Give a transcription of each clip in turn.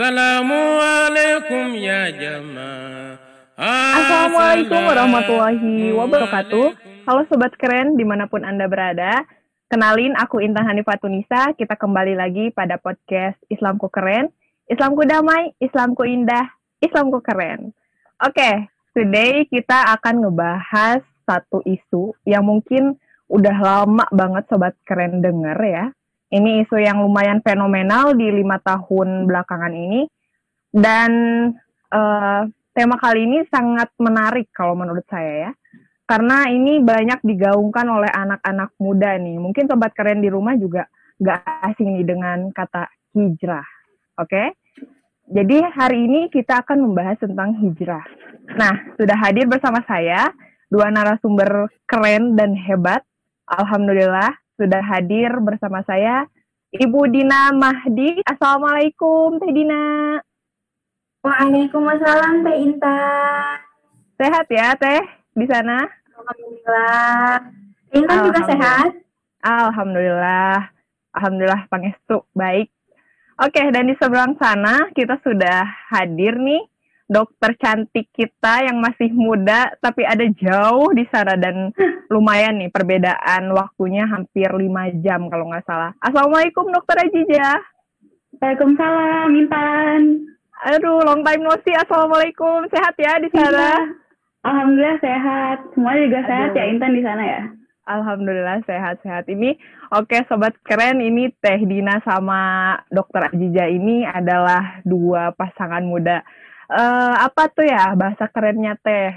Assalamualaikum ya jamaah. Assalamualaikum warahmatullahi wabarakatuh. Halo Sobat Keren dimanapun Anda berada. Kenalin, aku Intan Hanifatunisa. Kita kembali lagi pada podcast Islamku Keren. Islamku damai, Islamku indah, Islamku keren. Oke, today kita akan ngebahas satu isu yang mungkin udah lama banget Sobat Keren denger ya. Ini isu yang lumayan fenomenal di 5 tahun belakangan ini. Dan tema kali ini sangat menarik kalau menurut saya ya. Karena ini banyak digaungkan oleh anak-anak muda nih. Mungkin Sobat Keren di rumah juga gak asing nih dengan kata hijrah. Oke? Jadi hari ini kita akan membahas tentang hijrah. Nah, sudah hadir bersama saya 2 narasumber keren dan hebat. Alhamdulillah sudah hadir bersama saya Ibu Dina Mahdi. Assalamualaikum Teh Dina. Waalaikumsalam Teh Intan. Sehat ya Teh di sana? Alhamdulillah. Intan juga sehat? Alhamdulillah. Alhamdulillah pangestu baik. Oke, dan di seberang sana kita sudah hadir nih dokter cantik kita yang masih muda tapi ada jauh di sana dan lumayan nih perbedaan waktunya hampir 5 jam kalau nggak salah. Assalamualaikum Dokter Ajijah. Waalaikumsalam Intan. Aduh, long time no see. Assalamualaikum. Sehat ya di sana? Alhamdulillah sehat. Semua juga sehat ya Intan di sana ya? Alhamdulillah sehat-sehat. Ini oke Sobat Keren, ini Teh Dina sama Dokter Ajijah ini adalah 2 pasangan muda. Apa tuh ya bahasa kerennya Teh?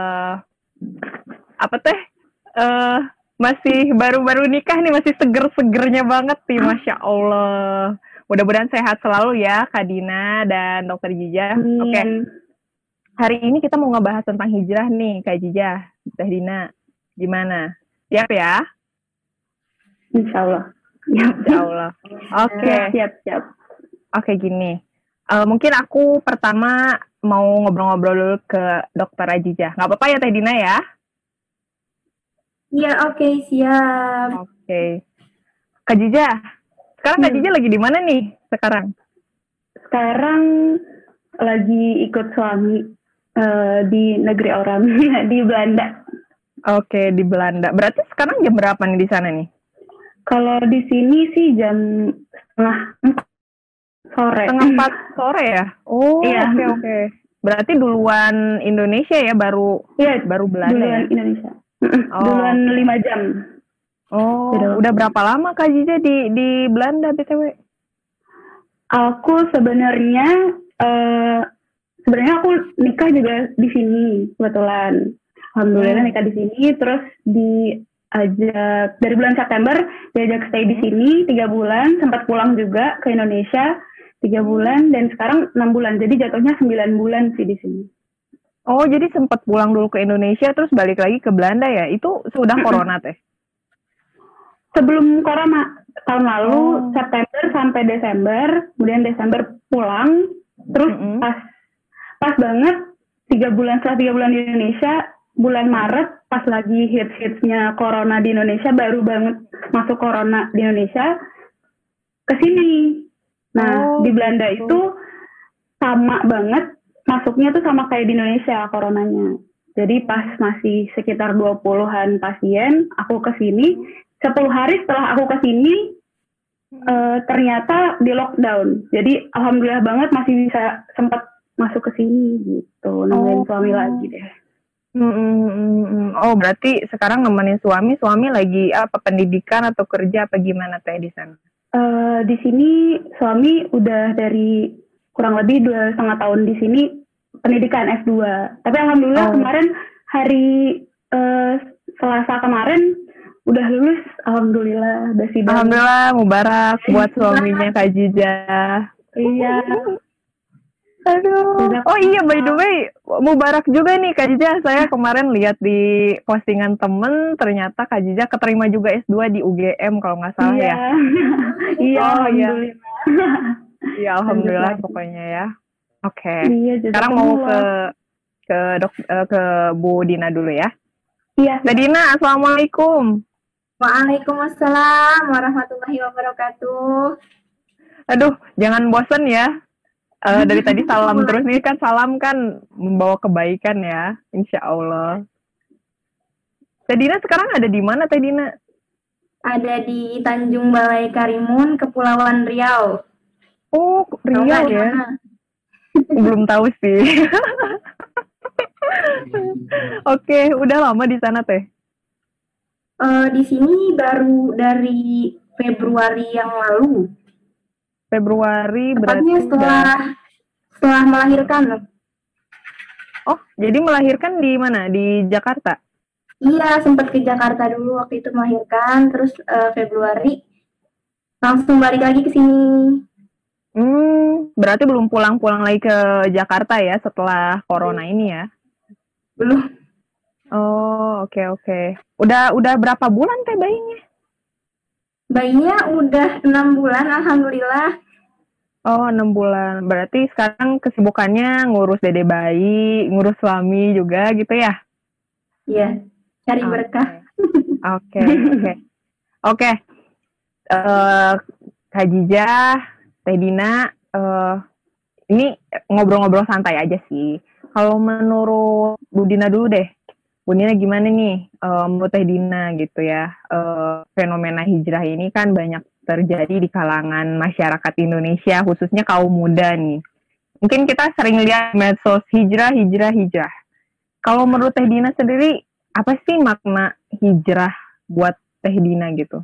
Apa Teh? Masih baru-baru nikah nih, masih seger-segernya banget nih, Masya Allah. Mudah-mudahan sehat selalu ya Kak Dina dan Dokter Jijah. Oke. Hari ini kita mau ngebahas tentang hijrah nih Kak Jijah, Teh Dina. Gimana? Siap ya? Insya Allah. Insya Allah. Oke. Siap. Oke, gini. Mungkin aku pertama mau ngobrol-ngobrol dulu ke Dokter Ajijah. Nggak apa-apa ya Teh Dina ya? Iya, oke, siap. Oke. Kak Jijah, sekarang Kak Jijah lagi di mana nih sekarang? Sekarang lagi ikut suami di negeri orang, di Belanda. Oke, di Belanda. Berarti sekarang jam berapa nih di sana nih? Kalau di sini sih jam 3:30 sore. 3:30 sore ya? Oh, iya. Oke. Berarti duluan Indonesia ya, baru Belanda duluan ya? Indonesia. Oh, duluan 5 jam. Oh, udah berapa lama Kak Jijah di Belanda BTW? Aku sebenarnya aku nikah juga di sini kebetulan. Alhamdulillah nikah di sini, terus diajak dari bulan September diajak stay di sini 3 bulan, sempat pulang juga ke Indonesia 3 bulan dan sekarang 6 bulan. Jadi jatuhnya 9 bulan sih di sini. Oh, jadi sempat pulang dulu ke Indonesia terus balik lagi ke Belanda ya? Itu sudah corona Teh? Sebelum corona, tahun lalu September sampai Desember, kemudian Desember pulang, terus pas banget 3 bulan setelah 3 bulan di Indonesia, bulan Maret pas lagi hits-hitsnya corona di Indonesia, baru banget masuk corona di Indonesia, ke sini. Nah, di Belanda itu sama banget, masuknya tuh sama kayak di Indonesia coronanya. Jadi pas masih sekitar 20-an pasien, aku ke sini, 10 hari setelah aku ke sini, ternyata di lockdown. Jadi alhamdulillah banget masih bisa sempat masuk ke sini gitu, nemenin suami lagi deh. Oh, berarti sekarang nemenin suami lagi apa, pendidikan atau kerja apa gimana Teh di sana? Di sini suami udah dari kurang lebih 2,5 tahun di sini pendidikan S2. Tapi alhamdulillah kemarin hari Selasa kemarin udah lulus, alhamdulillah udah sidang. Alhamdulillah, mubarak buat suaminya Kak Jijah. Iya. Aduh. Oh iya, by the way, mubarak juga nih Kak Jijah. Saya kemarin lihat di postingan temen, ternyata Kak Jijah keterima juga S2 di UGM kalau nggak salah ya. Iya, alhamdulillah. Iya, alhamdulillah pokoknya ya. Oke. Iya, sekarang mau ke Bu Dina dulu ya. Iya. Mbak Dina, assalamualaikum. Waalaikumsalam warahmatullahi wabarakatuh. Aduh, jangan bosen ya. Dari tadi salam terus nih kan, salam kan membawa kebaikan ya, insya Allah. Teh Dina sekarang ada di mana Teh Dina? Ada di Tanjung Balai Karimun, Kepulauan Riau. Oh, Riau ya? Belum tahu sih. Oke, udah lama di sana Teh? Di sini baru dari Februari yang lalu. Februari tepatnya berarti setelah melahirkan. Oh, jadi melahirkan di mana? Di Jakarta? Iya, sempat ke Jakarta dulu waktu itu melahirkan, terus Februari langsung balik lagi ke sini. Berarti belum pulang-pulang lagi ke Jakarta ya setelah corona ini ya? Belum. Oh, oke. Udah berapa bulan Teh bayinya? Bayinya udah 6 bulan, alhamdulillah. Oh, 6 bulan. Berarti sekarang kesibukannya ngurus dede bayi, ngurus suami juga gitu ya? Iya, cari berkah. Oke. Kak Jijah, Teh Dina, ini ngobrol-ngobrol santai aja sih. Kalau menurut Bu Dina dulu deh, Bu Dina gimana nih menurut Teh Dina gitu ya, fenomena hijrah ini kan banyak terjadi di kalangan masyarakat Indonesia, khususnya kaum muda nih. Mungkin kita sering lihat medsos hijrah. Kalau menurut Teh Dina sendiri, apa sih makna hijrah buat Teh Dina gitu?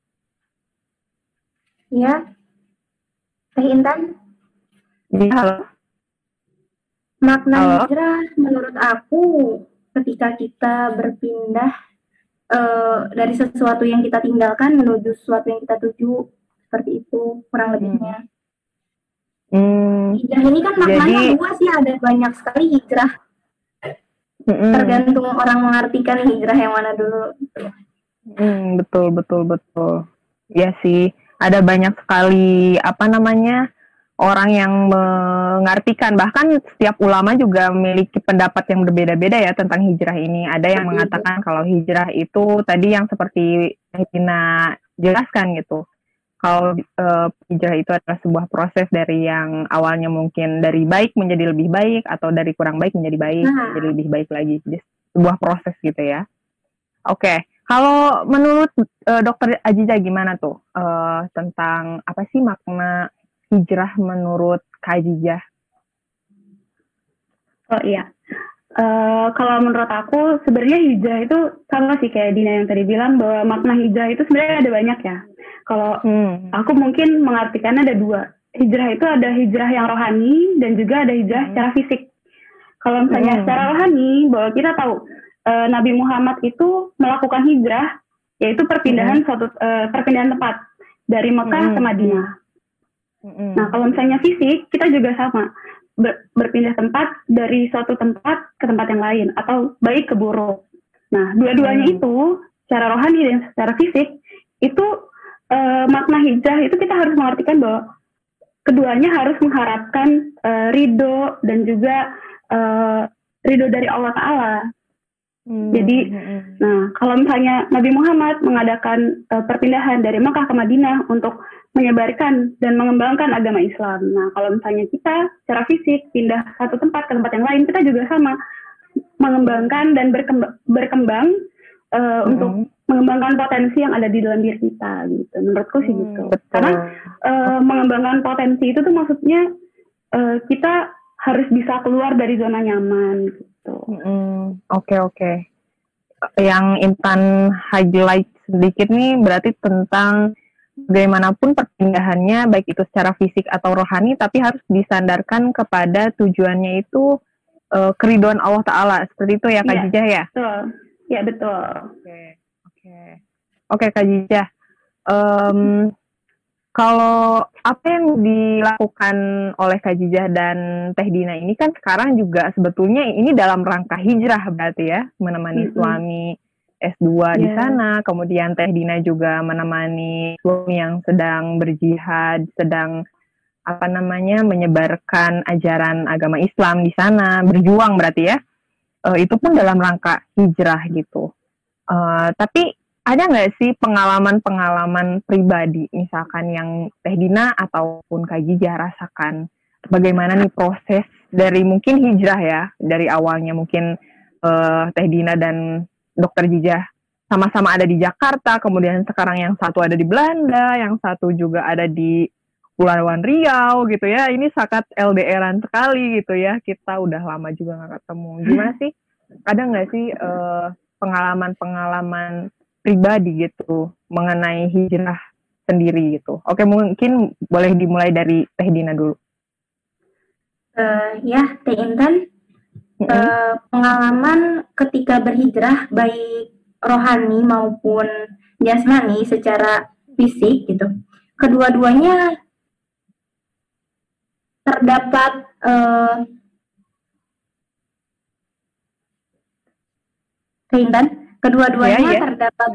Ya, Teh Intan? Ya, halo? Makna hijrah menurut aku ketika kita berpindah dari sesuatu yang kita tinggalkan menuju sesuatu yang kita tuju, seperti itu kurang lebihnya. Hijrah ini kan maknanya dua sih, ada banyak sekali hijrah. Tergantung orang mengartikan hijrah yang mana dulu. Betul. Ya sih, ada banyak sekali orang yang mengartikan, bahkan setiap ulama juga memiliki pendapat yang berbeda-beda ya tentang hijrah ini. Ada yang mengatakan kalau hijrah itu tadi yang seperti Tina jelaskan gitu. Kalau hijrah itu adalah sebuah proses dari yang awalnya mungkin dari baik menjadi lebih baik, atau dari kurang baik menjadi baik, menjadi lebih baik lagi. Jadi sebuah proses gitu ya. Oke. Kalau menurut Dokter Aziza gimana tuh tentang apa sih makna hijrah menurut Kak Aziza? Oh iya, kalau menurut aku sebenarnya hijrah itu sama sih kayak Dina yang tadi bilang, bahwa makna hijrah itu sebenarnya ada banyak ya. Kalau aku mungkin mengartikannya ada dua. Hijrah itu ada hijrah yang rohani dan juga ada hijrah secara fisik. Kalau misalnya secara rohani, bahwa kita tahu Nabi Muhammad itu melakukan hijrah, yaitu perpindahan perpindahan tempat dari Mekah ke Madinah. Nah, kalau misalnya fisik, kita juga sama, berpindah tempat dari suatu tempat ke tempat yang lain, atau baik ke buruk. Nah, dua-duanya itu, secara rohani dan secara fisik, itu makna hijrah itu kita harus mengartikan bahwa keduanya harus mengharapkan ridho dan juga ridho dari Allah Ta'ala. Jadi, nah kalau misalnya Nabi Muhammad mengadakan perpindahan dari Mekah ke Madinah untuk menyebarkan dan mengembangkan agama Islam. Nah, kalau misalnya kita secara fisik pindah satu tempat ke tempat yang lain, kita juga sama mengembangkan dan berkembang untuk mengembangkan potensi yang ada di dalam diri kita, gitu. Menurutku sih gitu. Betul. Karena mengembangkan potensi itu tuh maksudnya kita harus bisa keluar dari zona nyaman, gitu. Oke. Yang Intan highlight sedikit nih berarti tentang bagaimanapun perpindahannya, baik itu secara fisik atau rohani, tapi harus disandarkan kepada tujuannya itu keridhaan Allah Ta'ala. Seperti itu ya Kak Jijah ya? Betul. Ya, betul. Oke, Kak Jijah. Kalau apa yang dilakukan oleh Kak Jijah dan Teh Dina ini kan sekarang juga sebetulnya ini dalam rangka hijrah berarti ya, menemani suami S2 di sana, kemudian Teh Dina juga menemani suami yang sedang berjihad, sedang menyebarkan ajaran agama Islam di sana, berjuang berarti ya. Itu pun dalam rangka hijrah gitu. Tapi ada nggak sih pengalaman-pengalaman pribadi, misalkan yang Teh Dina ataupun Kak Jijah rasakan bagaimana nih proses dari mungkin hijrah ya, dari awalnya mungkin Teh Dina dan Dokter Jijah sama-sama ada di Jakarta, kemudian sekarang yang satu ada di Belanda, yang satu juga ada di Kepulauan Riau gitu ya. Ini sangat LDRan sekali gitu ya. Kita udah lama juga nggak ketemu. Gimana sih? Ada nggak sih pengalaman-pengalaman pribadi gitu mengenai hijrah sendiri gitu? Oke, mungkin boleh dimulai dari Teh Dina dulu. Ya, Teh Intan. Pengalaman ketika berhijrah baik rohani maupun jasmani secara fisik gitu. Kedua-duanya terdapat Keintan, kedua-duanya terdapat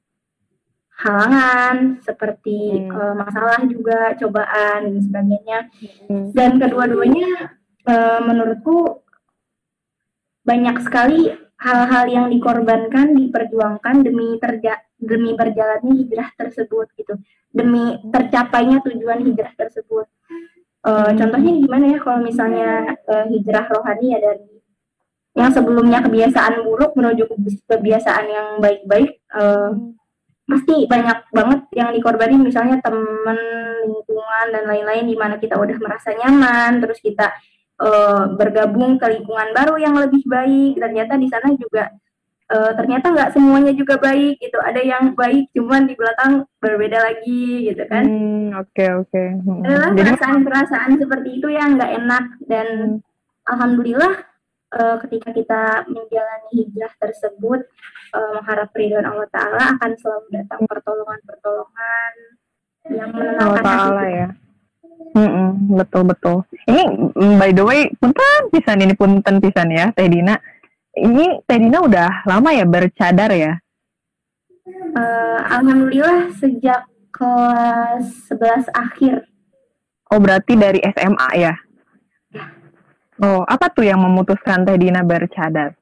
halangan seperti masalah juga, cobaan dan sebagainya. Dan kedua-duanya menurutku banyak sekali hal-hal yang dikorbankan, diperjuangkan demi berjalannya hijrah tersebut gitu, demi tercapainya tujuan hijrah tersebut. Contohnya gimana ya, kalau misalnya hijrah rohani ya dari yang sebelumnya kebiasaan buruk menuju kebiasaan yang baik-baik, pasti banyak banget yang dikorbanin, misalnya teman, lingkungan dan lain-lain, di mana kita udah merasa nyaman, terus kita bergabung ke lingkungan baru yang lebih baik, ternyata di sana juga ternyata nggak semuanya juga baik gitu, ada yang baik cuman di belakang berbeda lagi gitu kan. Oke. Jadi perasaan seperti itu yang nggak enak, dan alhamdulillah ketika kita menjalani hijrah tersebut, mengharap ridwan Allah Ta'ala, akan selalu datang pertolongan yang menenangkan hati kita. Ya. Betul. Ini by the way, punten pisan ya Teh Dina. Ini Teh Dina udah lama ya bercadar ya? Alhamdulillah sejak kelas 11 akhir. Oh, berarti dari SMA ya? Oh, apa tuh yang memutuskan Teh Dina bercadar?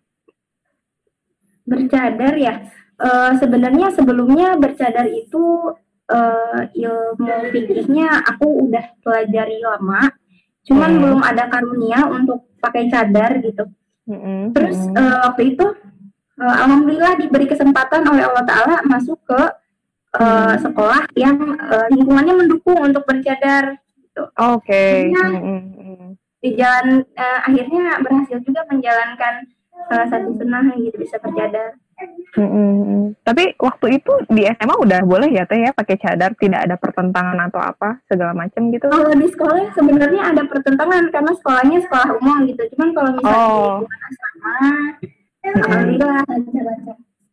Bercadar ya? Sebenarnya sebelumnya bercadar itu ilmu fikihnya aku udah pelajari lama, cuman belum ada karunia untuk pakai cadar gitu. Terus waktu itu alhamdulillah diberi kesempatan oleh Allah Ta'ala masuk ke sekolah yang lingkungannya mendukung untuk bercadar gitu. Oke. Di jalan akhirnya berhasil juga menjalankan salah satu sunnah gitu, bisa bercadar. Tapi waktu itu di SMA udah boleh ya Teh ya pakai cadar, tidak ada pertentangan atau apa segala macam gitu? Kalau di sekolah sebenarnya ada pertentangan karena sekolahnya sekolah umum gitu. Cuman kalau misalnya di lingkungan asrama, alhamdulillah lancar-lancar.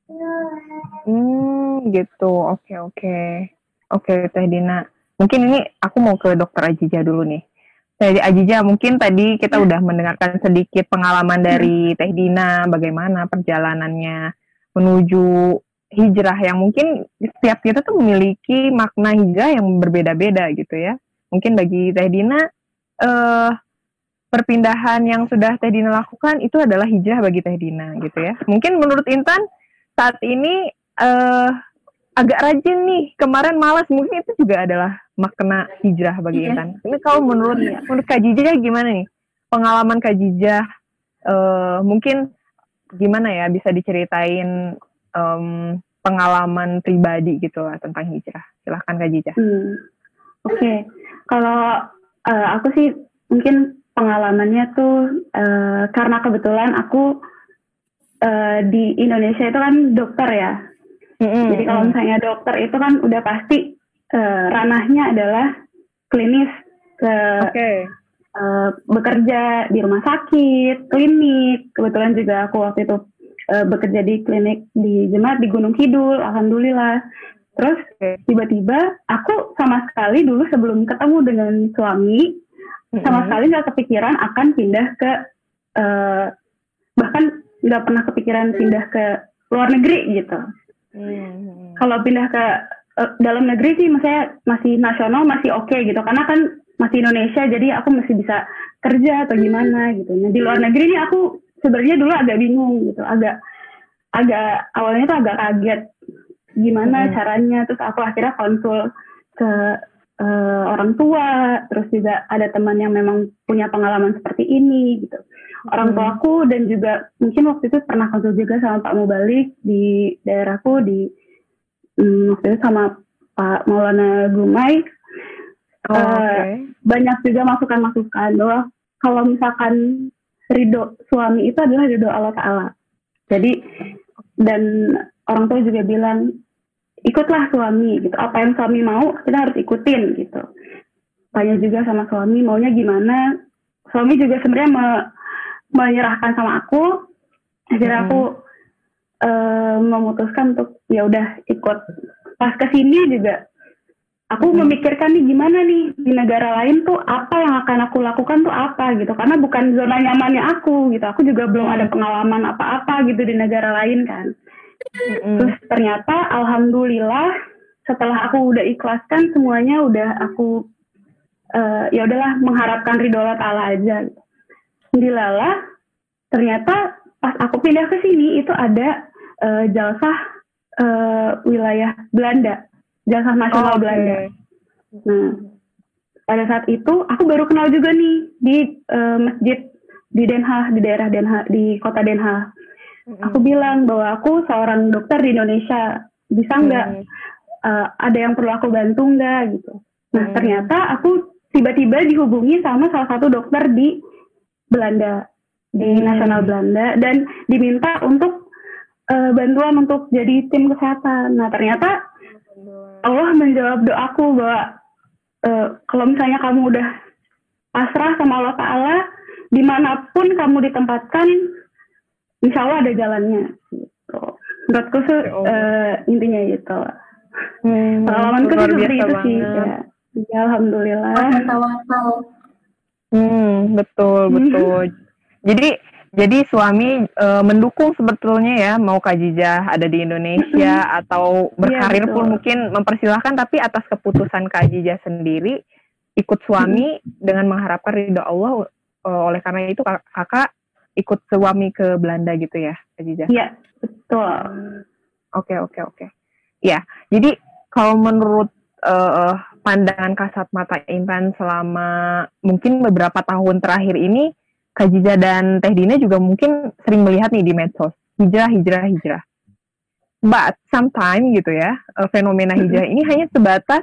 Gitu. Oke Teh Dina. Mungkin ini aku mau ke Dokter Ajijah dulu nih. Teh Ajijah, mungkin tadi kita udah mendengarkan sedikit pengalaman dari Teh Dina, bagaimana perjalanannya menuju hijrah yang mungkin setiap kita tuh memiliki makna hijrah yang berbeda-beda gitu ya. Mungkin bagi Teh Dina perpindahan yang sudah Teh Dina lakukan itu adalah hijrah bagi Teh Dina gitu ya. Mungkin menurut Intan saat ini agak rajin nih, kemarin malas, mungkin itu juga adalah makna hijrah bagi Intan. Ini kalau menurut Kak Jijah gimana nih? Pengalaman Kak Jijah mungkin gimana ya, bisa diceritain pengalaman pribadi gitu lah tentang hijrah. Silahkan Kak Jijah. Oke. Kalau aku sih mungkin pengalamannya tuh karena kebetulan aku di Indonesia itu kan dokter ya. Jadi kalau misalnya dokter itu kan udah pasti ranahnya adalah klinis, bekerja di rumah sakit, klinik. Kebetulan juga aku waktu itu bekerja di klinik di Jemaat di Gunung Kidul, alhamdulillah. Terus tiba-tiba aku sama sekali dulu sebelum ketemu dengan suami, sama sekali nggak kepikiran akan pindah ke bahkan nggak pernah kepikiran pindah ke luar negeri gitu. Kalau pindah ke dalam negeri sih maksudnya masih nasional, masih oke gitu, karena kan masih Indonesia, jadi aku masih bisa kerja atau gimana gitu. Nah di luar negeri ini aku sebenarnya dulu agak bingung gitu, agak awalnya tuh agak kaget gimana caranya. Terus aku akhirnya konsul ke orang tua, terus juga ada teman yang memang punya pengalaman seperti ini gitu. Orang tuaku dan juga mungkin waktu itu pernah konsul juga sama Pak Mubalik di daerahku waktu itu sama Pak Maulana Gumai. Banyak juga masukan-masukan bahwa kalau misalkan ridho suami itu adalah ridho Allah Ta'ala. Jadi dan orang tua juga bilang ikutlah suami gitu, apa yang suami mau kita harus ikutin gitu. Tanya juga sama suami maunya gimana. Suami juga sebenarnya menyerahkan sama aku. Akhirnya aku memutuskan untuk ya udah ikut. Pas kesini juga aku memikirkan nih gimana nih di negara lain tuh apa yang akan aku lakukan tuh apa gitu, karena bukan zona nyamannya aku gitu. Aku juga belum ada pengalaman apa-apa gitu di negara lain kan. Terus ternyata alhamdulillah setelah aku udah ikhlaskan semuanya, udah aku ya udahlah mengharapkan ridho Allah Ta'ala aja. Alhamdulillah ternyata pas aku pindah ke sini itu ada jalsah wilayah Belanda, jalsah nasional Belanda. Nah pada saat itu aku baru kenal juga nih di masjid di Den Haag, di daerah Den Haag, di kota Den Haag. Aku bilang bahwa aku seorang dokter di Indonesia, bisa nggak ada yang perlu aku bantu nggak gitu. Nah ternyata aku tiba-tiba dihubungi sama salah satu dokter di Belanda, di Nasional Belanda, dan diminta untuk bantuan untuk jadi tim kesehatan. Nah ternyata Allah menjawab doaku bahwa kalau misalnya kamu udah pasrah sama Allah Ta'ala, dimanapun kamu ditempatkan, insya Allah ada jalannya gitu. Menurutku intinya gitu. Pengalamanku seperti itu sih ya, alhamdulillah. Betul. Jadi suami mendukung sebetulnya ya, mau Kak Jijah ada di Indonesia atau berkarir pun mungkin mempersilahkan, tapi atas keputusan Kak Jijah sendiri ikut suami dengan mengharapkan ridho Allah. Oleh karena itu kakak ikut suami ke Belanda gitu ya, Kak Jijah? Iya, betul. Oke. Ya, jadi kalau menurut pandangan kasat mata Intan selama mungkin beberapa tahun terakhir ini, Kak Jijah dan Teh Dina juga mungkin sering melihat nih di medsos, hijrah. But sometimes gitu ya, fenomena hijrah ini hanya sebatas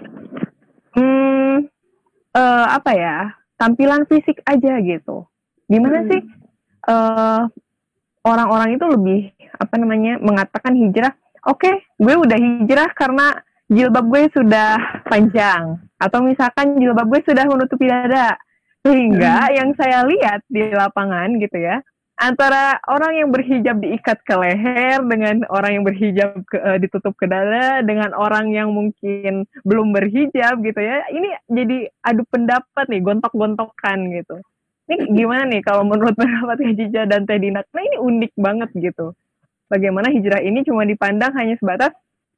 tampilan fisik aja gitu. Gimana sih orang-orang itu lebih mengatakan hijrah, oke, gue udah hijrah karena jilbab gue sudah panjang, atau misalkan jilbab gue sudah menutupi dada. Sehingga yang saya lihat di lapangan gitu ya, antara orang yang berhijab diikat ke leher dengan orang yang berhijab ditutup ke dada dengan orang yang mungkin belum berhijab gitu ya, ini jadi adu pendapat nih, gontok-gontokan gitu. Ini gimana nih kalau menurut pendapat Kak Jijah dan Teh Dina? Nah ini unik banget gitu. Bagaimana hijrah ini cuma dipandang hanya sebatas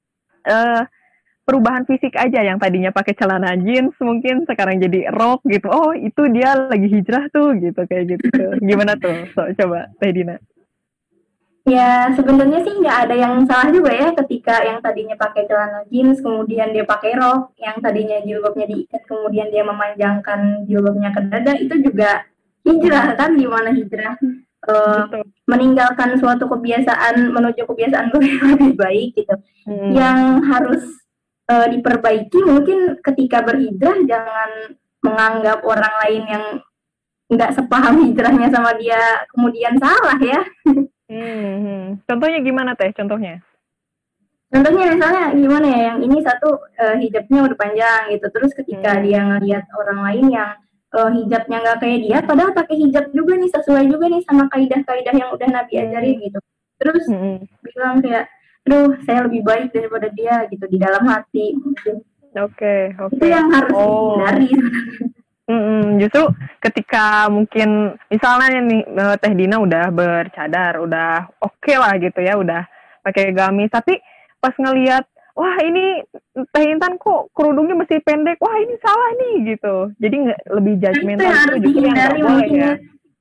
perubahan fisik aja, yang tadinya pakai celana jeans mungkin sekarang jadi rok gitu. Oh itu dia lagi hijrah tuh gitu, kayak gitu. Gimana tuh? Coba Teh Dina. Ya sebenarnya sih nggak ada yang salah juga ya ketika yang tadinya pakai celana jeans kemudian dia pakai rok, yang tadinya jilbabnya diikat kemudian dia memanjangkan jilbabnya ke dada, itu juga hijrah kan? Gimana hijrah? Meninggalkan suatu kebiasaan menuju kebiasaan lebih baik gitu. Yang harus diperbaiki mungkin ketika berhijrah, jangan menganggap orang lain yang nggak sepaham hijrahnya sama dia kemudian salah ya. Contohnya gimana Teh? Contohnya misalnya gimana ya, yang ini satu hijabnya udah panjang gitu, terus ketika dia ngeliat orang lain yang hijabnya nggak kayak dia, padahal pakai hijab juga nih, sesuai juga nih sama kaidah-kaidah yang udah Nabi ajarin gitu, terus bilang kayak, aduh saya lebih baik daripada dia gitu di dalam hati mungkin. Oke. Itu yang harus dihindari. Justru ketika mungkin misalnya nih Teh Dina udah bercadar, udah oke lah gitu ya, udah pakai gamis, tapi pas ngelihat, wah ini Teh Intan kok kerudungnya masih pendek, wah ini salah nih gitu. Jadi lebih judgmental itu justru yang nggak boleh ya.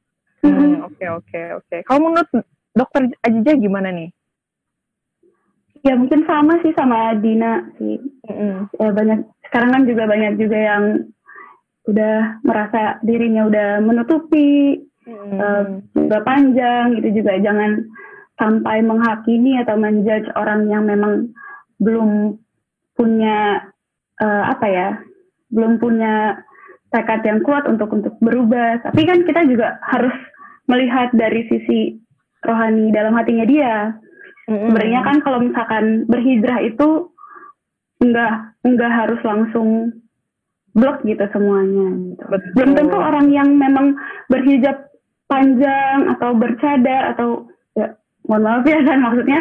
Oke. Kalau menurut Dokter Ajijah gimana nih? Ya mungkin sama sih sama Dina sih. Ya banyak sekarang kan juga banyak juga yang udah merasa dirinya udah menutupi, juga panjang gitu juga. Jangan sampai menghakimi atau menjudge orang yang memang belum punya belum punya tekad yang kuat untuk berubah. Tapi kan kita juga harus melihat dari sisi rohani dalam hatinya dia. Sebenarnya kan kalau misalkan berhijrah itu enggak harus langsung blok gitu semuanya gitu. Belum tentu orang yang memang berhijab panjang atau bercadar atau ya, mohon maaf ya kan, maksudnya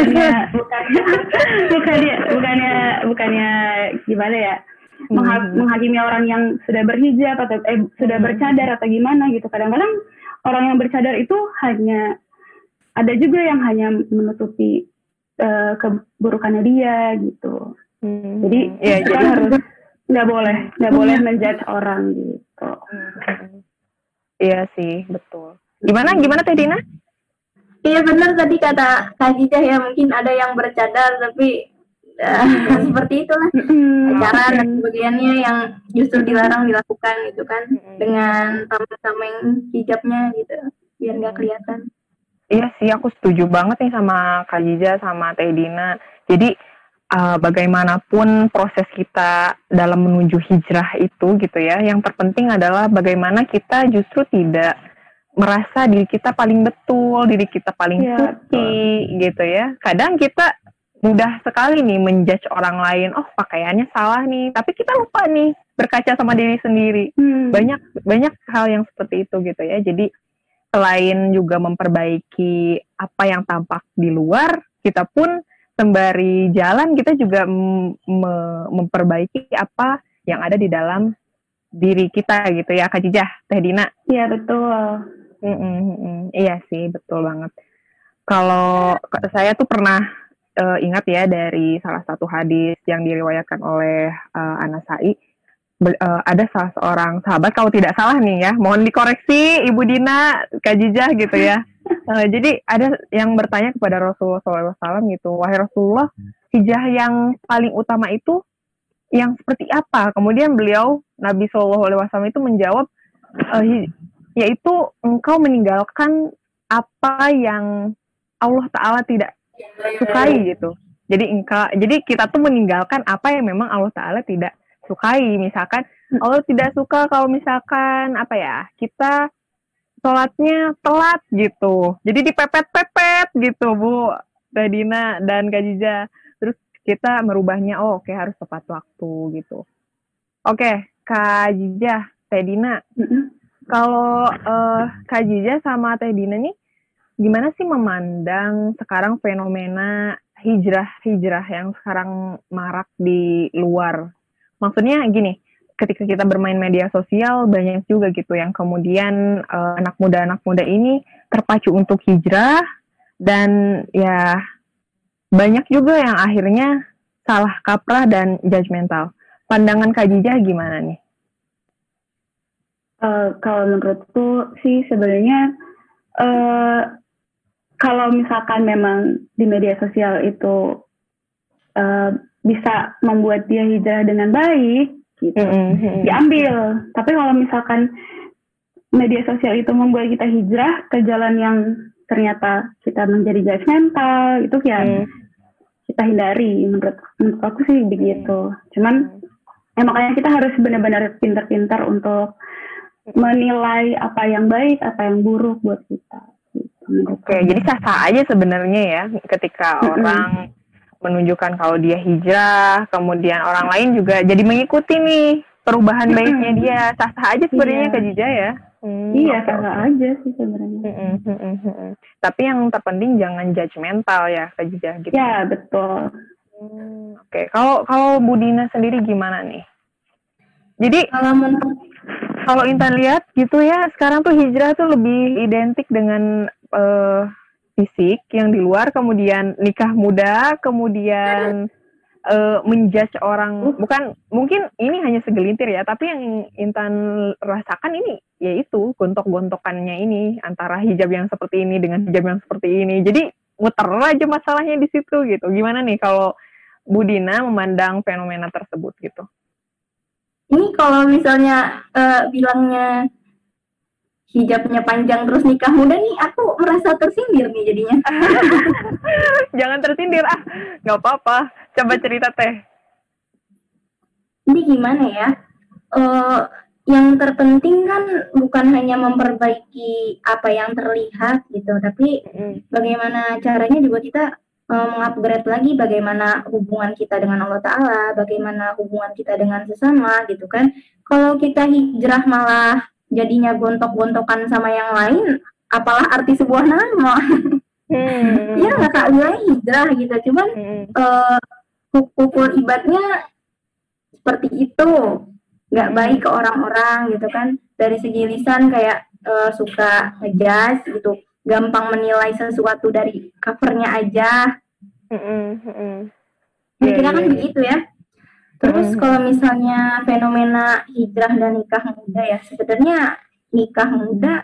bukannya gimana ya, menghakimi orang yang sudah berhijab atau sudah bercadar atau gimana gitu. Kadang-kadang orang yang bercadar itu hanya ada juga yang hanya menutupi keburukannya dia gitu. Jadi ya, kita harus nggak boleh menjudge orang gitu. Iya sih, betul. Gimana Teh Dina? Iya benar tadi kata Kak Jijah ya, mungkin ada yang bercadar tapi seperti itulah cara dan bagiannya yang justru dilarang dilakukan gitu kan, dengan tameng-tameng hijabnya gitu biar nggak kelihatan. Iya sih, aku setuju banget nih sama Kak Jijah sama Teh Dina. Jadi bagaimanapun proses kita dalam menuju hijrah itu gitu ya, yang terpenting adalah bagaimana kita justru tidak merasa diri kita paling betul, diri kita paling suci gitu ya. Kadang kita mudah sekali nih menjudge orang lain, oh pakaiannya salah nih, tapi kita lupa nih berkaca sama diri sendiri. Banyak hal yang seperti itu gitu ya. Jadi selain juga memperbaiki apa yang tampak di luar, kita pun sembari jalan kita juga memperbaiki apa yang ada di dalam diri kita gitu ya, Kak Jijah, Teh Dina. Iya betul. Iya sih, betul banget. Kalau saya tuh pernah ingat ya dari salah satu hadis yang diriwayatkan oleh Anasai, ada salah seorang sahabat, kalau tidak salah nih ya, mohon dikoreksi Ibu Dina, Kak Jijah gitu ya. Jadi ada yang bertanya kepada Rasulullah SAW gitu, wahai Rasulullah, hijrah yang paling utama itu yang seperti apa? Kemudian beliau, Nabi SAW itu menjawab, yaitu engkau meninggalkan apa yang Allah Ta'ala tidak sukai gitu. Jadi kita tuh meninggalkan apa yang memang Allah Ta'ala tidak sukai. Misalkan Allah tidak suka kalau misalkan kita sholatnya telat gitu, jadi dipepet-pepet gitu Bu Teh Dina dan Kak Jijah. Terus kita merubahnya, oke, harus tepat waktu gitu. Oke, Kak Jijah, Teh Dina, kalau Kak Jijah sama Teh Dina nih gimana sih memandang sekarang fenomena hijrah yang sekarang marak di luar? Maksudnya gini, ketika kita bermain media sosial, banyak juga gitu yang kemudian anak muda ini terpacu untuk hijrah, dan ya banyak juga yang akhirnya salah kaprah dan judgmental. Pandangan Kak Jijah gimana nih? Kalau menurutku sih sebenarnya kalau misalkan memang di media sosial itu bisa membuat dia hijrah dengan baik, gitu, diambil. Tapi kalau misalkan media sosial itu membuat kita hijrah ke jalan yang ternyata kita menjadi judgmental, itu ya kita hindari. Menurut aku sih begitu. Cuman makanya kita harus benar-benar pintar-pintar untuk menilai apa yang baik, apa yang buruk buat kita. Oke, jadi sah-sah aja sebenarnya ya ketika orang menunjukkan kalau dia hijrah, kemudian orang lain juga jadi mengikuti nih perubahan baiknya dia. Sah-sah aja sebenarnya Kak Jijah ya. Iya, sah-sah aja sih sebenarnya. Tapi yang terpenting jangan judgmental ya Kak Jijah gitu. Ya, betul. Oke, kalau Bu Dina sendiri gimana nih? Jadi kalau Intan lihat gitu ya, sekarang tuh hijrah tuh lebih identik dengan fisik yang di luar, kemudian nikah muda, kemudian menjudge orang, bukan, mungkin ini hanya segelintir ya, tapi yang Intan rasakan ini yaitu gontok-gontokannya ini antara hijab yang seperti ini dengan hijab yang seperti ini. Jadi muter aja masalahnya di situ gitu. Gimana nih kalau Bu Dina memandang fenomena tersebut gitu? Ini kalau misalnya bilangnya hijabnya panjang terus nikah muda nih, aku merasa tersindir nih jadinya. Jangan tersindir nggak apa-apa. Coba cerita Teh. Ini gimana ya? Yang terpenting kan bukan hanya memperbaiki apa yang terlihat gitu, tapi bagaimana caranya juga kita mengupgrade lagi bagaimana hubungan kita dengan Allah Ta'ala, bagaimana hubungan kita dengan sesama gitu kan. Kalau kita hijrah malah jadinya gontok-gontokan sama yang lain, apalah arti sebuah nama. Ya nggak tak bilang hijrah gitu, cuman hukum ibadnya seperti itu, nggak baik ke orang-orang gitu kan. Dari segi lisan kayak suka ngejudge gitu, gampang menilai sesuatu dari covernya aja. Kira-kira kan begitu ya. Terus kalau misalnya fenomena hijrah dan nikah muda ya, sebenarnya nikah muda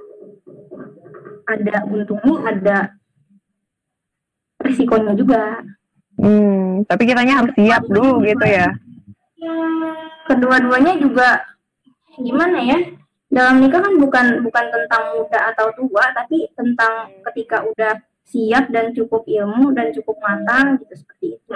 ada untungnya, ada risikonya juga. Tapi kitanya harus siap dulu gitu ya. Kedua-duanya juga gimana ya? Dalam nikah kan bukan tentang muda atau tua, tapi tentang ketika udah siap dan cukup ilmu dan cukup matang gitu, seperti itu.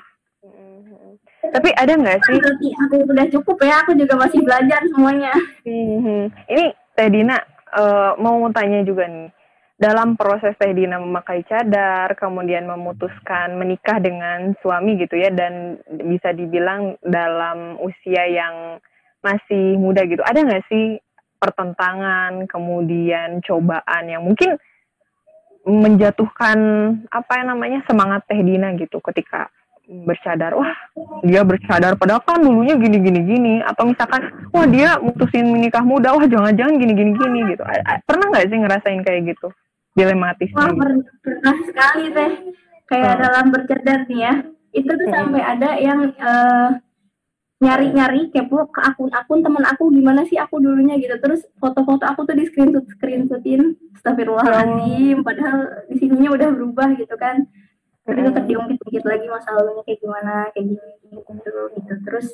Tapi ada nggak sih? Berarti aku udah cukup ya, aku juga masih belajar semuanya. Ini Teh Dina mau tanya juga nih. Dalam proses Teh Dina memakai cadar, kemudian memutuskan menikah dengan suami gitu ya, dan bisa dibilang dalam usia yang masih muda gitu, ada nggak sih pertentangan, kemudian cobaan yang mungkin menjatuhkan semangat Teh Dina gitu ketika bercadar? Wah, dia bercadar padahal kan dulunya gini, atau misalkan wah dia mutusin menikah muda, wah jangan-jangan gini gitu. Pernah nggak sih ngerasain kayak gitu, dilematis? Wah, pernah sekali Teh. Kayak dalam bercadar nih ya, itu tuh sampai ada yang nyari-nyari kepo ke akun teman aku, gimana sih aku dulunya gitu. Terus foto-foto aku tuh di screenshotin, astagfirullahaladzim, padahal di sininya udah berubah gitu kan. Tapi tetap diungkit-ungkit lagi masa lalunya kayak gimana, kayak gini gitu. Terus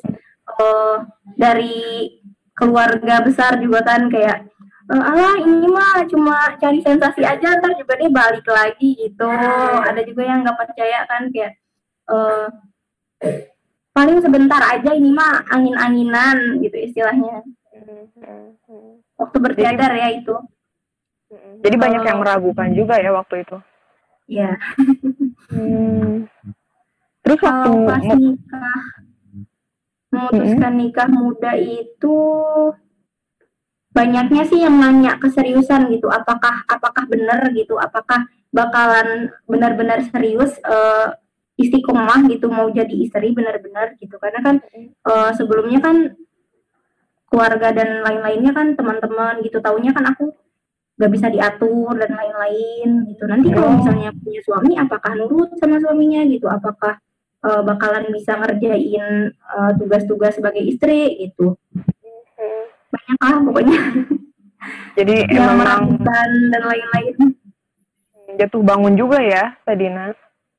dari keluarga besar juga kan kayak alah ini mah cuma cari sensasi aja, ntar juga dia balik lagi gitu. Ada juga yang nggak percaya kan, kayak paling sebentar aja, ini mah angin-anginan gitu istilahnya. Waktu bercadar ya itu. Jadi banyak yang meragukan juga ya waktu itu. Iya. Terus waktu pas nikah, memutuskan nikah muda itu banyaknya sih yang nanya keseriusan gitu, apakah benar gitu, apakah bakalan benar-benar serius istiqomah gitu mau jadi istri benar-benar gitu. Karena kan sebelumnya kan keluarga dan lain-lainnya kan teman-teman gitu taunya kan aku gak bisa diatur dan lain-lain gitu. Nanti kalau misalnya punya suami, apakah nurut sama suaminya gitu, apakah bakalan bisa ngerjain tugas-tugas sebagai istri gitu. Banyak lah pokoknya. Jadi yang emang meragukan dan lain-lain. Jatuh bangun juga ya Teh Dina.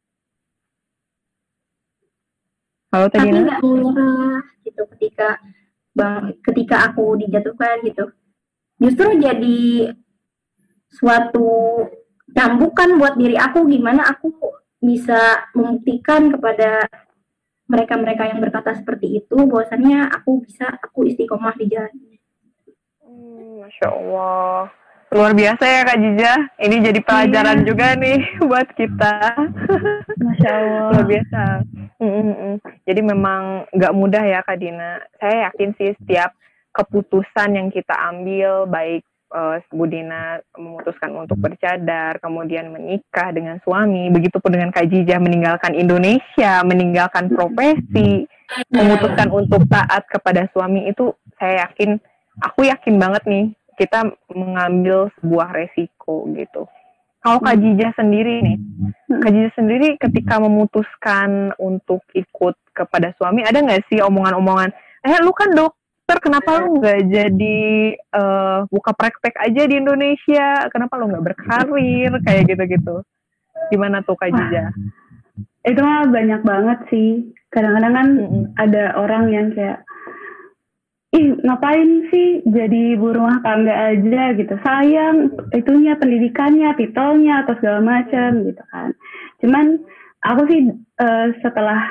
Halo Teh Dina. Tapi nggak menyerah gitu ketika aku dijatuhkan gitu. Justru jadi suatu cambukan buat diri aku, gimana aku bisa membuktikan kepada mereka-mereka yang berkata seperti itu bahwasannya aku istiqomah di jalan. Masya Allah, luar biasa ya Kak Jiza. Ini jadi pelajaran juga nih buat kita. Masya Allah, luar biasa. Jadi memang nggak mudah ya Kak Dina. Saya yakin sih setiap keputusan yang kita ambil, baik Bu Dina memutuskan untuk bercadar, kemudian menikah dengan suami, begitupun dengan Kak Jiza meninggalkan Indonesia, meninggalkan profesi, memutuskan untuk taat kepada suami, itu aku yakin banget nih kita mengambil sebuah resiko gitu. Kalau Kak Jiza sendiri nih, Kak Jiza sendiri ketika memutuskan untuk ikut kepada suami, ada nggak sih omongan-omongan, lu kan kenapa lu nggak jadi buka praktek aja di Indonesia? Kenapa lu nggak berkarir kayak gitu-gitu? Gimana tuh Kak Jiza? Itu mah banyak banget sih. Kadang-kadang kan ada orang yang kayak ngapain sih jadi ibu rumah tangga aja gitu, sayang itunya pendidikannya, titelnya atau segala macam gitu kan. Cuman aku sih setelah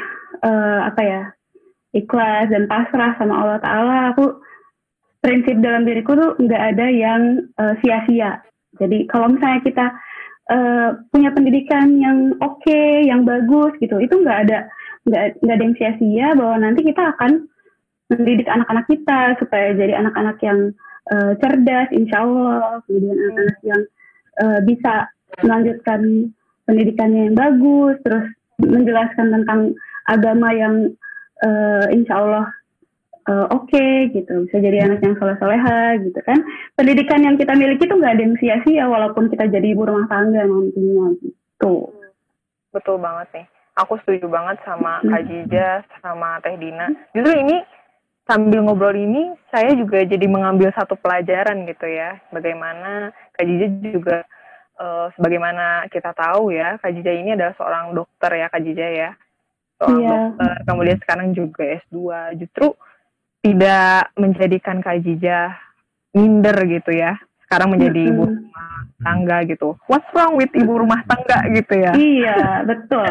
ikhlas dan pasrah sama Allah Ta'ala, aku prinsip dalam diriku tuh nggak ada yang sia-sia. Jadi kalau misalnya kita punya pendidikan yang oke, yang bagus gitu, itu nggak ada yang sia-sia, bahwa nanti kita akan mendidik anak-anak kita supaya jadi anak-anak yang cerdas, insya Allah, kemudian anak-anak yang bisa melanjutkan pendidikannya yang bagus, terus menjelaskan tentang agama yang insya Allah oke, gitu, bisa jadi anak yang soleh-soleha gitu kan. Pendidikan yang kita miliki itu nggak ada yang sia-sia walaupun kita jadi ibu rumah tangga nantinya gitu. Betul banget nih, aku setuju banget sama Kak Jija sama Teh Dina. Justru ini sambil ngobrol ini saya juga jadi mengambil satu pelajaran gitu ya, bagaimana Kak Jija juga sebagaimana kita tahu ya, Kak Jija ini adalah seorang dokter ya, Kak Jija ya, seorang dokter, kemudian sekarang juga S2. Justru tidak menjadikan Kak Jija minder gitu ya, sekarang menjadi ibu rumah tangga gitu. What's wrong with ibu rumah tangga gitu ya? Iya, betul.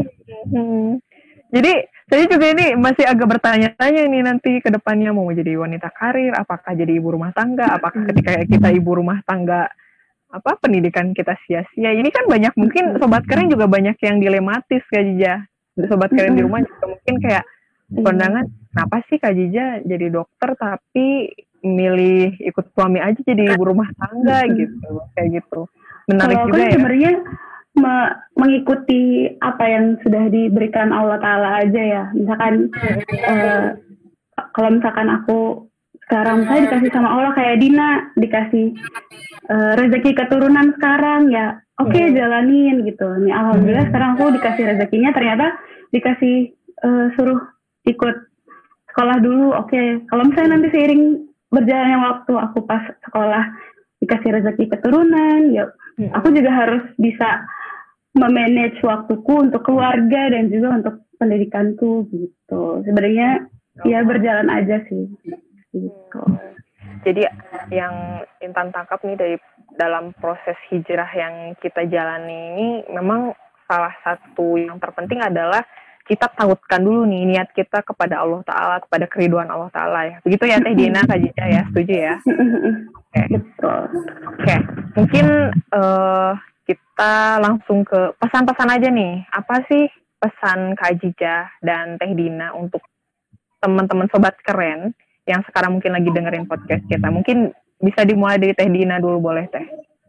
Jadi saya juga ini masih agak bertanya-tanya nih, nanti ke depannya mau jadi wanita karir, apakah jadi ibu rumah tangga, apakah ketika kita ibu rumah tangga pendidikan kita sia-sia. Ini kan banyak, mungkin Sobat Keren juga banyak yang dilematis Kak Jija. Sobat Keren di rumah juga mungkin kayak pandangan, kenapa sih Kak Jija jadi dokter tapi milih ikut suami aja jadi ibu rumah tangga gitu, kayak gitu. Menarik kalau juga ya. Sebenarnya mengikuti apa yang sudah diberikan Allah Ta'ala aja ya. Misalkan kalau misalkan aku sekarang saya dikasih sama Allah kayak Dina, dikasih rezeki keturunan sekarang ya, oke, jalanin gitu. Nih alhamdulillah sekarang aku dikasih rezekinya, ternyata dikasih suruh ikut sekolah dulu. Oke, kalau misalnya nanti seiring berjalannya waktu aku pas sekolah dikasih rezeki keturunan, ya aku juga harus bisa memanage waktuku untuk keluarga dan juga untuk pendidikanku gitu. Sebenarnya ya berjalan aja sih gitu. Jadi yang Intan tangkap nih dari dalam proses hijrah yang kita jalani ini, memang salah satu yang terpenting adalah kita tautkan dulu nih niat kita kepada Allah Ta'ala, kepada keriduan Allah Ta'ala ya. Begitu ya Teh Dina, Kak Jija ya, setuju ya? Oke. Mungkin kita langsung ke pesan-pesan aja nih. Apa sih pesan Kak Jija dan Teh Dina untuk teman-teman Sobat Keren yang sekarang mungkin lagi dengerin podcast kita? Mungkin bisa dimulai dari Teh Dina dulu, boleh Teh?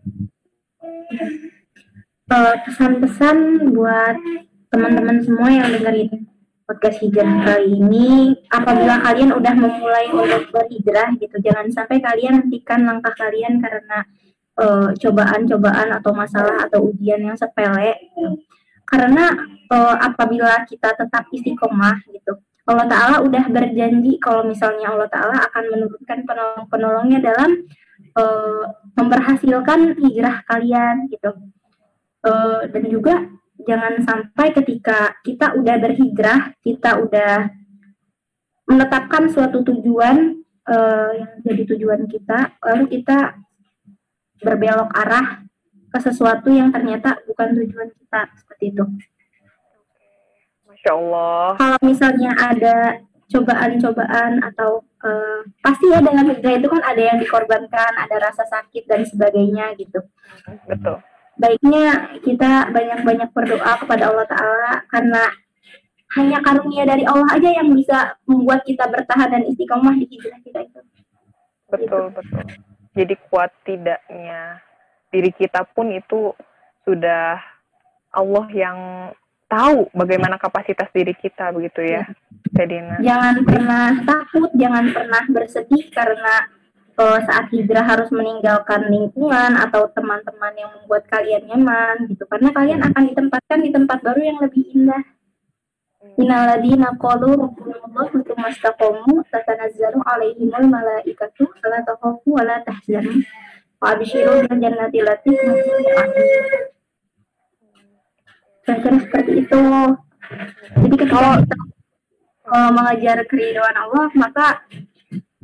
Pesan-pesan buat teman-teman semua yang dengerin podcast hijrah kali ini, apabila kalian udah memulai untuk berhijrah gitu, jangan sampai kalian hentikan langkah kalian karena cobaan-cobaan atau masalah atau ujian yang sepele. Karena apabila kita tetap istiqomah gitu, Allah Ta'ala udah berjanji kalau misalnya Allah Ta'ala akan menurunkan penolong-penolongnya dalam memberhasilkan hijrah kalian gitu. Dan juga jangan sampai ketika kita udah berhijrah, kita udah menetapkan suatu tujuan yang jadi tujuan kita, lalu kita berbelok arah ke sesuatu yang ternyata bukan tujuan kita, seperti itu. Masya Allah. Kalau misalnya ada cobaan-cobaan atau pasti ya dengan hijrah itu kan ada yang dikorbankan, ada rasa sakit dan sebagainya gitu. Betul. Baiknya kita banyak-banyak berdoa kepada Allah Ta'ala, karena hanya karunia dari Allah aja yang bisa membuat kita bertahan dan istiqomah di hijrah kita itu. Betul. Jadi kuat tidaknya diri kita pun itu sudah Allah yang tahu bagaimana kapasitas diri kita, begitu ya, Dina. Jangan pernah takut, jangan pernah bersedih karena saat hijrah harus meninggalkan lingkungan atau teman-teman yang membuat kalian nyaman gitu, karena kalian akan ditempatkan di tempat baru yang lebih indah. Innalladzina qalu rabbunallah tsumma istaqamu tatanazzalu 'alaihimul malaikatu alla takhafu wa la tahzanu wa abshiru bil jannati allati kuntum tu'adun. Kira-kira seperti itu. Jadi ketika kita mengejar keridhaan Allah, maka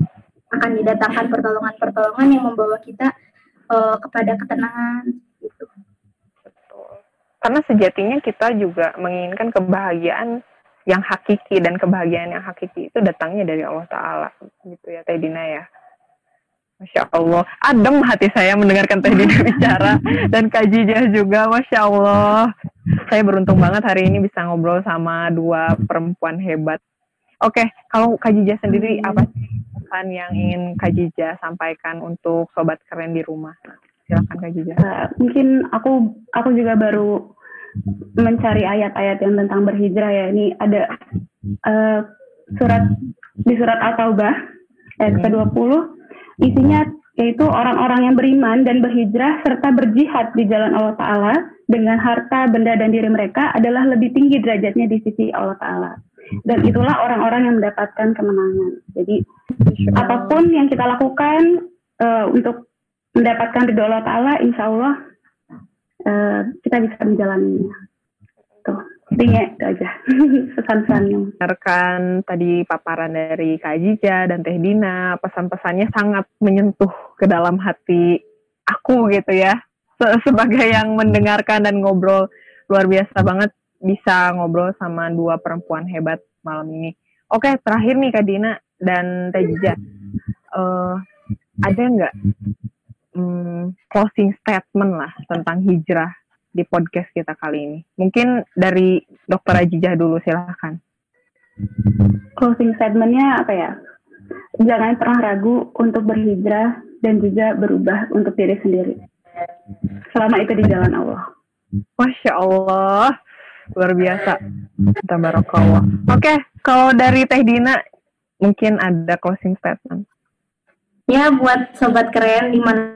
akan didatangkan pertolongan-pertolongan yang membawa kita kepada ketenangan gitu. Betul. Karena sejatinya kita juga menginginkan kebahagiaan yang hakiki, dan kebahagiaan yang hakiki itu datangnya dari Allah Ta'ala gitu ya Teh Dina ya. Masya Allah, adem hati saya mendengarkan Teh Dina bicara, dan Kak Jijah juga, Masya Allah. Saya beruntung banget hari ini bisa ngobrol sama dua perempuan hebat. Oke, kalau Kak Jijah sendiri, apa sih pesan yang ingin Kak Jijah sampaikan untuk Sobat Keren di rumah? Silakan Kak Jijah. Mungkin aku juga baru mencari ayat-ayat yang tentang berhijrah ya. Ini ada di surat At-Taubah ayat ke-20, isinya yaitu orang-orang yang beriman dan berhijrah serta berjihad di jalan Allah Ta'ala dengan harta, benda, dan diri mereka adalah lebih tinggi derajatnya di sisi Allah Ta'ala. Dan itulah orang-orang yang mendapatkan kemenangan. Jadi apapun yang kita lakukan untuk mendapatkan ridho Allah Ta'ala, insya Allah kita bisa menjalaninya. Tuh, intinya itu aja pesan-pesannya. Dengarkan tadi paparan dari Kak Jijah dan Teh Dina, pesan-pesannya sangat menyentuh ke dalam hati aku gitu ya. Sebagai yang mendengarkan dan ngobrol, luar biasa banget bisa ngobrol sama dua perempuan hebat malam ini. Oke, terakhir nih Kak Dina dan Teh Jijah, ada nggak closing statement lah tentang hijrah di podcast kita kali ini? Mungkin dari Dr. Ajijah dulu, silahkan. Closing statementnya apa ya? Jangan pernah ragu untuk berhijrah dan juga berubah untuk diri sendiri. Selama itu di jalan Allah. Masya Allah, luar biasa. Tabarakallah. Oke, kalau dari Teh Dina, mungkin ada closing statement. Ya, buat Sobat Keren di mana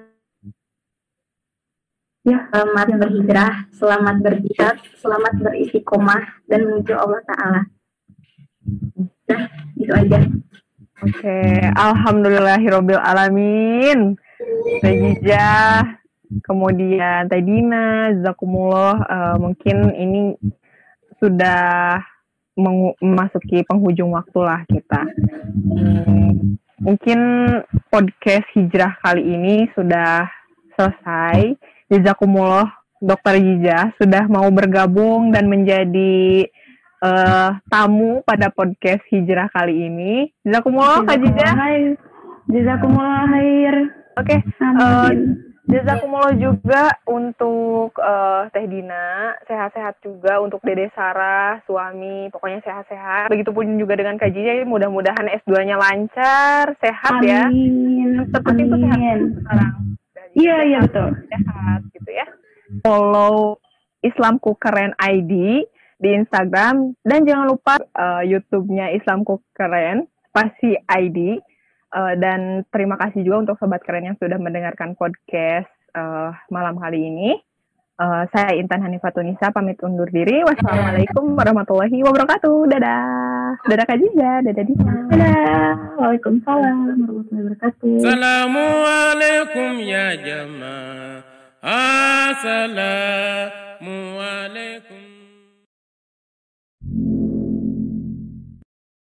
Ya, selamat berhijrah, selamat berjihad, selamat beristiqomah dan menuju Allah Ta'ala. Nah, itu aja. Oke, alhamdulillahirabbil alamin. Teh Jijah, kemudian Teh Dina, jazakumullah. Mungkin ini sudah memasuki penghujung waktu lah kita. Mungkin podcast hijrah kali ini sudah selesai. Jazakumullah Dr. Jijah sudah mau bergabung dan menjadi tamu pada podcast hijrah kali ini. Jazakumullah Kak Jijah. Jazakumullah khair. Oke. Jazakumullah juga untuk Teh Dina, sehat-sehat juga untuk Dede Sarah, suami, pokoknya sehat-sehat. Begitupun juga dengan Kak Jijah, mudah-mudahan S2-nya lancar, sehat. Amin. Ya. Seperti itu sehat sekarang. Iya betul. Sehat gitu ya. Follow Islamku Keren ID di Instagram, dan jangan lupa YouTube-nya Islamku Keren pasti ID. Dan terima kasih juga untuk Sobat Keren yang sudah mendengarkan podcast malam kali ini. Saya Intan Hanifatunisa pamit undur diri. Wassalamualaikum warahmatullahi wabarakatuh. Dadah. Dadah Kak Jijah, dadah Dina. Dadah. Waalaikumsalam warahmatullahi wabarakatuh. Assalamualaikum ya jamaah. Assalamualaikum.